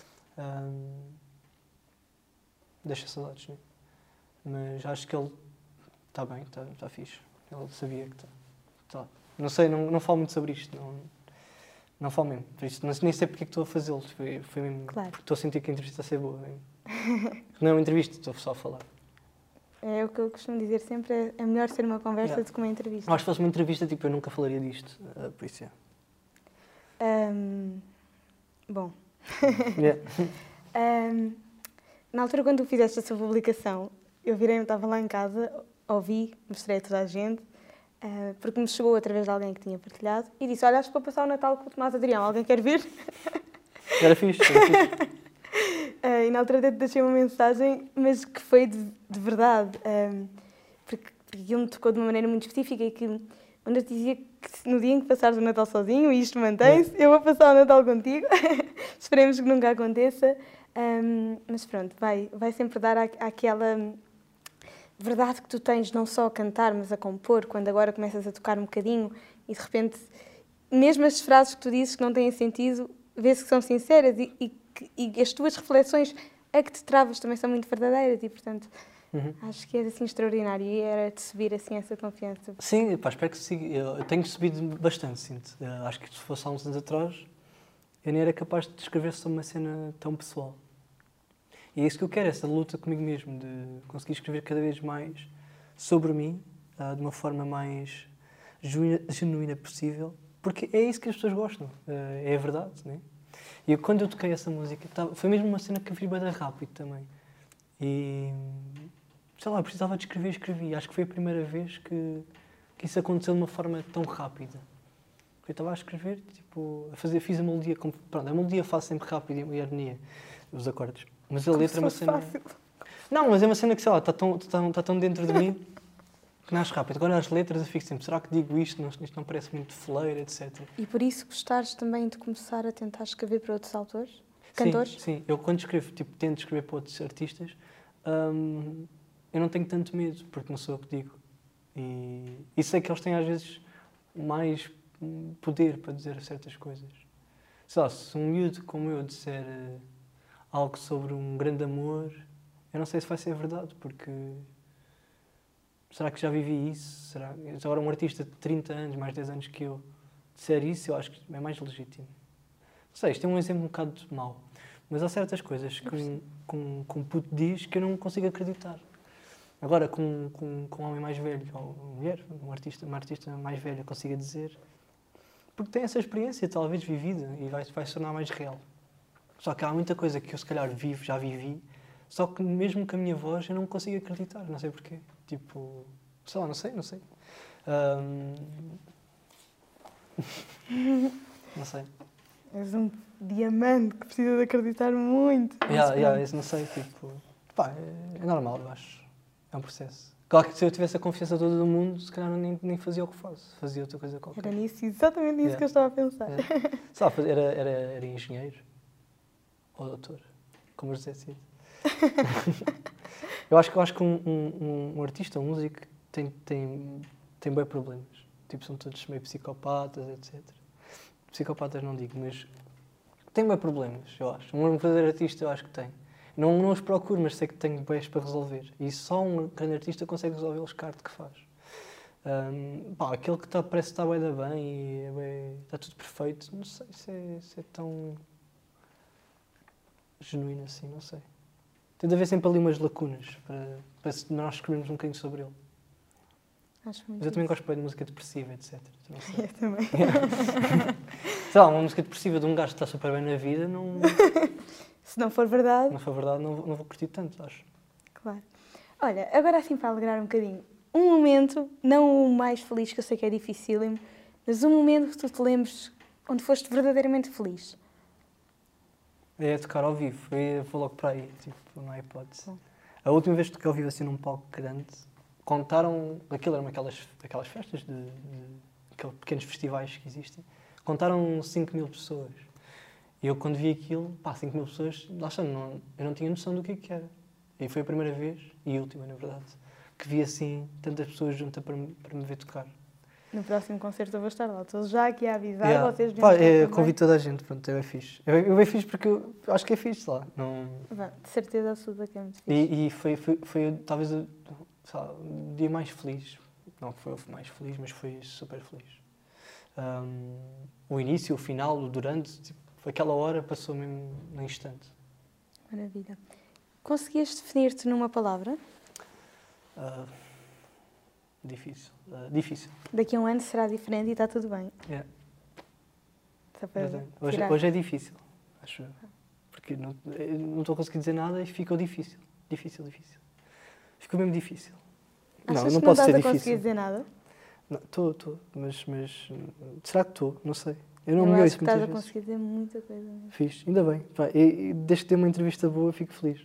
Deixa saudades, né? Mas acho que ele está bem, está fixe. Ele sabia que está. Não sei, não falo muito sobre isto. Não falo mesmo. Por isso, nem sei porque é que estou a fazê-lo. Foi mesmo claro. Porque estou a sentir que a entrevista está a ser boa. Não é uma entrevista, estou só a falar. É o que eu costumo dizer sempre, é melhor ser uma conversa do que uma entrevista. Acho que se fosse uma entrevista, tipo, eu nunca falaria disto. Por isso é. Bom. Yeah. Na altura, quando tu fizeste essa publicação, eu estava lá em casa, ouvi, mostrei a toda a gente, porque me chegou através de alguém que tinha partilhado, e disse, olha, acho que vou passar o Natal com o Tomás Adrião, alguém quer vir? Era fixe. E na altura até te deixei uma mensagem, mas que foi de verdade, porque aquilo me tocou de uma maneira muito específica e que, onde eu te dizia que no dia em que passares o Natal sozinho, e isto mantém-se, eu vou passar o Natal contigo, esperemos que nunca aconteça. Mas pronto, vai sempre dar aquela verdade que tu tens, não só a cantar, mas a compor, quando agora começas a tocar um bocadinho e de repente, mesmo as frases que tu dizes que não têm sentido, vê-se que são sinceras e as tuas reflexões a que te travas também são muito verdadeiras e, portanto, acho que é assim extraordinário e era de subir assim essa confiança. Sim, pá, espero que siga. Eu tenho subido bastante, sinto. Acho que se fosse há uns anos atrás, eu nem era capaz de descrever sobre uma cena tão pessoal. E é isso que eu quero, essa luta comigo mesmo, de conseguir escrever cada vez mais sobre mim, de uma forma mais genuína possível, porque é isso que as pessoas gostam, é a verdade, né? E quando eu toquei essa música, foi mesmo uma cena que eu fiz bem rápido também. E, sei lá, eu precisava de escrever e escrevi. Acho que foi a primeira vez que isso aconteceu de uma forma tão rápida. Eu estava a escrever, tipo, fiz a melodia, pronto, a melodia faço sempre rápido e a harmonia, os acordes. Mas a letra é uma cena... Fácil. Não, mas é uma cena que, sei lá, está tão dentro de mim que nasce rápido. Agora as letras eu fico sempre, será que digo isto? Isto não parece muito foleiro, etc. E por isso gostares também de começar a tentar escrever para outros autores? Cantores? Sim. Eu quando escrevo, tipo, tento escrever para outros artistas, eu não tenho tanto medo, porque não sou eu que digo. E sei que eles têm às vezes mais poder para dizer certas coisas. Sei lá, se um miúdo como eu disser algo sobre um grande amor, eu não sei se vai ser verdade, porque será que já vivi isso? Será que agora um artista de 30 anos, mais 10 anos que eu, disser isso, eu acho que é mais legítimo. Não sei, isto é um exemplo um bocado mau, mas há certas coisas que um puto diz que eu não consigo acreditar. Agora, com um homem mais velho, ou uma mulher, uma artista mais velha, consiga dizer, porque tem essa experiência talvez vivida e vai se tornar mais real. Só que há muita coisa que eu se calhar já vivi, só que mesmo com a minha voz eu não consigo acreditar, não sei porquê. Tipo, sei lá, não sei. Ahm, não sei. És um diamante que precisa de acreditar muito. Isso não sei, tipo... Pá, é normal, eu acho. É um processo. Claro que se eu tivesse a confiança toda do mundo, se calhar nem fazia o que faço. Fazia outra coisa qualquer. Era nisso, exatamente nisso que eu estava a pensar. Sei lá, era engenheiro. Ou doutor. Como o José Cid. Eu acho que um artista, um músico, tem bem problemas. Tipo, são todos meio psicopatas, etc. Psicopatas não digo, mas tem bem problemas, eu acho. Um verdadeiro artista eu acho que tem. Não os procuro, mas sei que tenho bens para resolver. E só um grande artista consegue resolver os cartos que faz. Aquele que parece que está bem e está tudo perfeito, não sei se é tão genuíno assim, não sei. Tem de haver sempre ali umas lacunas para nós descobrirmos um bocadinho sobre ele. Acho muito Mas eu também gosto bem de música depressiva, etc. Eu também. Sei lá, uma música depressiva de um gajo que está super bem na vida, Se não for verdade. não for verdade, não vou curtir tanto, acho. Claro. Olha, agora assim para alegrar um bocadinho. Um momento, não o mais feliz, que eu sei que é dificílimo, mas um momento que tu te lembres onde foste verdadeiramente feliz. É tocar ao vivo, eu vou logo para aí, tipo, não há hipótese. Bom. A última vez que toquei ao vivo assim num palco grande, contaram, aquilo eram aquelas festas aqueles pequenos festivais que existem, contaram 5.000 pessoas. E eu quando vi aquilo, 5.000 pessoas, lá está, eu não tinha noção do que era. E foi a primeira vez, e a última na verdade, que vi assim tantas pessoas juntas para me ver tocar. No próximo concerto eu vou estar lá. Estou já aqui a avisar, vocês vêm eu convido toda a gente, pronto, é fixe. Eu bem fixe porque eu acho que é fixe lá. Não... De certeza absoluta que é muito fixe. E foi talvez o dia mais feliz. Não foi o mais feliz, mas foi super feliz. O início, o final, o durante, tipo, aquela hora passou mesmo num instante. Maravilha. Conseguias definir-te numa palavra? Difícil. Daqui a um ano será diferente e está tudo bem. Yeah. Só para Hoje é difícil, acho eu. Porque não estou a conseguir dizer nada e ficou difícil. Difícil. Ficou mesmo difícil. Achas não que posso não ser estás a difícil. conseguir dizer nada? Estou, mas será que estou? Não sei. Eu não Eu me acho ouço que muitas estás a vezes. conseguir dizer muita coisa mesmo. Fixe, ainda bem. E desde que ter uma entrevista boa, fico feliz.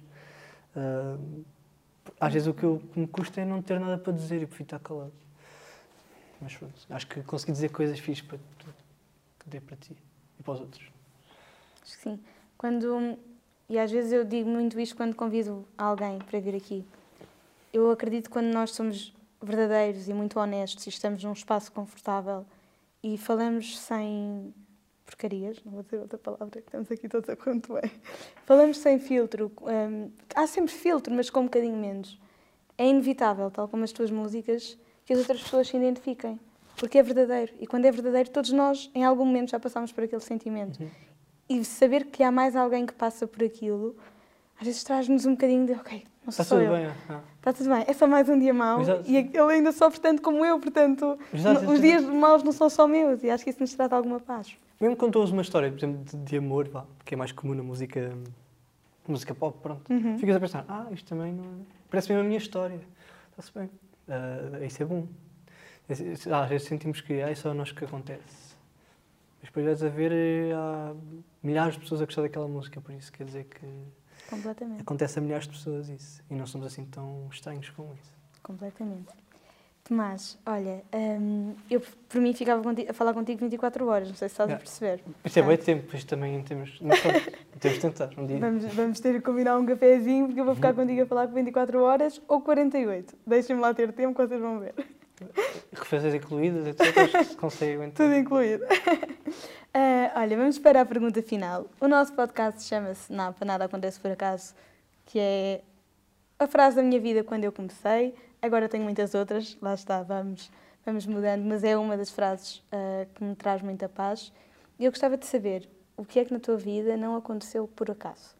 Às vezes o que me custa é não ter nada para dizer e prefiro estar calado. Mas pronto, acho que consegui dizer coisas fixes para tu, que dê para ti e para os outros. Acho que sim. E às vezes eu digo muito isto quando convido alguém para vir aqui. Eu acredito que quando nós somos verdadeiros e muito honestos e estamos num espaço confortável e falamos sem porcarias, não vou dizer outra palavra, que estamos aqui todos a correr muito bem. Falamos sem filtro. Há sempre filtro, mas com um bocadinho menos. É inevitável, tal como as tuas músicas, que as outras pessoas se identifiquem. Porque é verdadeiro. E quando é verdadeiro, todos nós, em algum momento, já passámos por aquele sentimento. E saber que há mais alguém que passa por aquilo, às vezes traz-nos um bocadinho de, ok, não sou só eu. Está tudo bem, é só mais um dia mau. Exato. E ele ainda sofre tanto como eu, portanto, os dias maus não são só meus. E acho que isso nos traz alguma paz. Mesmo quando tu ouves uma história, por exemplo, de amor, que é mais comum na música pop, pronto. Ficas a pensar, isto também não é... Parece mesmo a minha história. Está-se bem. Isso é bom. Às vezes sentimos que é só nós que acontece. Mas depois vais a ver, há milhares de pessoas a gostar daquela música, por isso quer dizer que Completamente. acontece a milhares de pessoas isso. E não somos assim tão estranhos com isso. Completamente. Tomás, olha, eu por mim ficava a falar contigo 24 horas, não sei se estás a perceber. Isto é bem tempo, isto também temos de tentar um dia. Vamos ter que combinar um cafezinho, porque eu vou ficar contigo a falar com 24 horas ou 48. Deixem-me lá ter tempo, que vocês vão ver. Referências incluídas, etc. Acho que se consegue aguentar. Tudo incluído. Olha, vamos para a pergunta final. O nosso podcast chama-se Não, para nada acontece por acaso, que é a frase da minha vida quando eu comecei. Agora tenho muitas outras, lá está, vamos mudando, mas é uma das frases que me traz muita paz. E eu gostava de saber, o que é que na tua vida não aconteceu por acaso?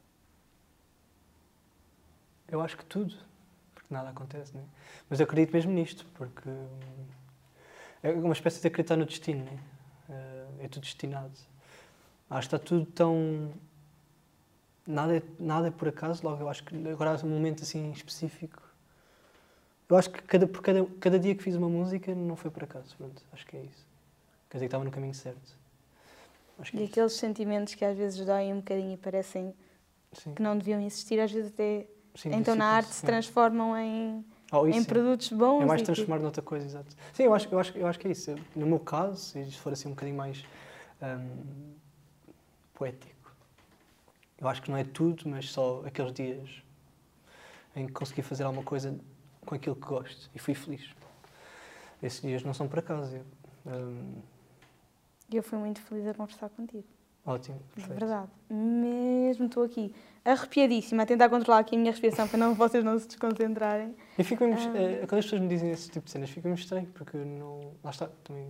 Eu acho que tudo, porque nada acontece, não é? Mas eu acredito mesmo nisto, porque é uma espécie de acreditar no destino, não é? É tudo destinado. Acho que está tudo tão... Nada é por acaso, logo eu acho que agora há um momento assim específico. Eu acho que cada dia que fiz uma música não foi por acaso, pronto, acho que é isso. Quer dizer que estava no caminho certo. Acho que E é isso. aqueles sentimentos que às vezes doem um bocadinho e parecem Sim. que não deviam existir, às vezes até Sim, então na arte se sim. transformam em Isso sim. produtos bons. É mais e transformar noutra coisa, exato. Sim, eu acho que é isso. No meu caso, e se for assim um bocadinho mais poético, eu acho que não é tudo, mas só aqueles dias em que consegui fazer alguma coisa com aquilo que gosto e fui feliz. Esses dias não são por acaso. Eu fui muito feliz a conversar contigo. Ótimo, De perfeito. verdade. Mesmo estou aqui arrepiadíssima a tentar controlar aqui a minha respiração para vocês não se desconcentrarem. E fico mesmo, quando as pessoas me dizem esse tipo de cenas, fico mesmo estranho, porque não. Lá está, também.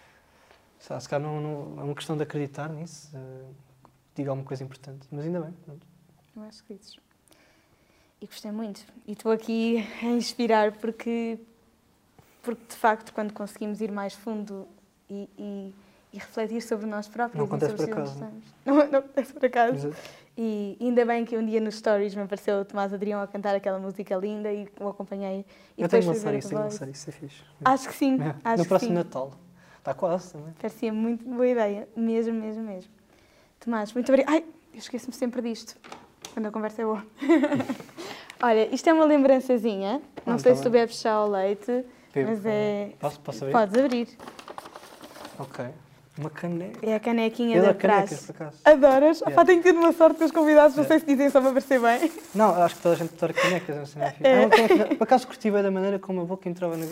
Se calhar não é uma questão de acreditar nisso, diga alguma coisa importante, mas ainda bem. Pronto. Eu acho que dizes. E gostei muito. E estou aqui a inspirar porque de facto, quando conseguimos ir mais fundo e refletir sobre nós próprios Não e acontece sobre por os que acaso. não acontece por acaso. Exato. E ainda bem que um dia nos stories me apareceu o Tomás Adrião a cantar aquela música linda e o acompanhei. E Eu tenho depois que fui ver lançar a isso, tua voz. isso é fixe. Acho que sim, É. acho No que próximo sim. Natal. Está quase também. Parecia muito boa ideia, mesmo, mesmo, mesmo. Tomás, muito obrigada. Ai, eu esqueço-me sempre disto, quando a conversa é boa. Olha, isto é uma lembrançazinha. Não sei tá se tu bem. bebes chá ao leite, Bebo, mas é... Posso abrir? Podes abrir. Ok. Uma caneca. É a canequinha Eu da adoro canecas, praxe. por acaso. Adoras? Yeah. Pá, tenho tido uma sorte com os convidados, não Yeah. sei se dizem só para parecer bem. Não, acho que toda a gente adora canecas. Não sei, É. uma caneca, por acaso curti bem da maneira como a boca entrava na...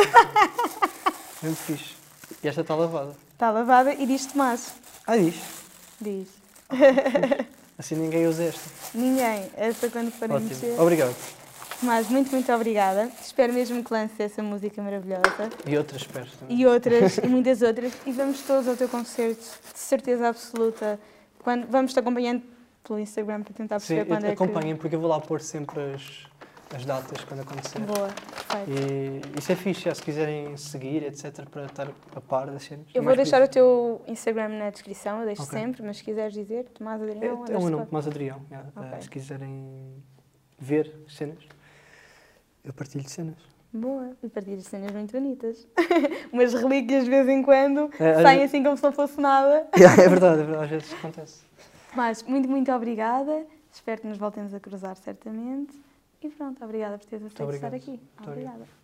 Muito fixe. E esta está lavada. Está lavada e diz Tomás. Diz. Diz. Assim ninguém usa esta. Ninguém. Essa quando forem Ótimo. mexer. Obrigado. Tomás, muito, muito obrigada. Espero mesmo que lance essa música maravilhosa. E outras espero também. E outras, e muitas outras. E vamos todos ao teu concerto, de certeza absoluta. Vamos-te acompanhando pelo Instagram para tentar Sim, perceber quando é que... acompanhem, porque eu vou lá pôr sempre as datas quando acontecer. Boa, perfeito. E isso é fixe, se quiserem seguir, etc., para estar a par das cenas. Eu vou deixar o teu Instagram na descrição, eu deixo Ok. sempre, mas se quiseres dizer, Tomás Adrião... É o meu nome, Tomás Adrião. Ok. Se quiserem ver as cenas, eu partilho cenas. Boa, e partilhas cenas muito bonitas. Umas relíquias de vez em quando, É, saem assim como se não fosse nada. É verdade, às vezes acontece. Mas muito, muito obrigada. Espero que nos voltemos a cruzar certamente. E pronto, obrigada por teres aceito estar obrigado. aqui. Muito obrigado. Obrigada.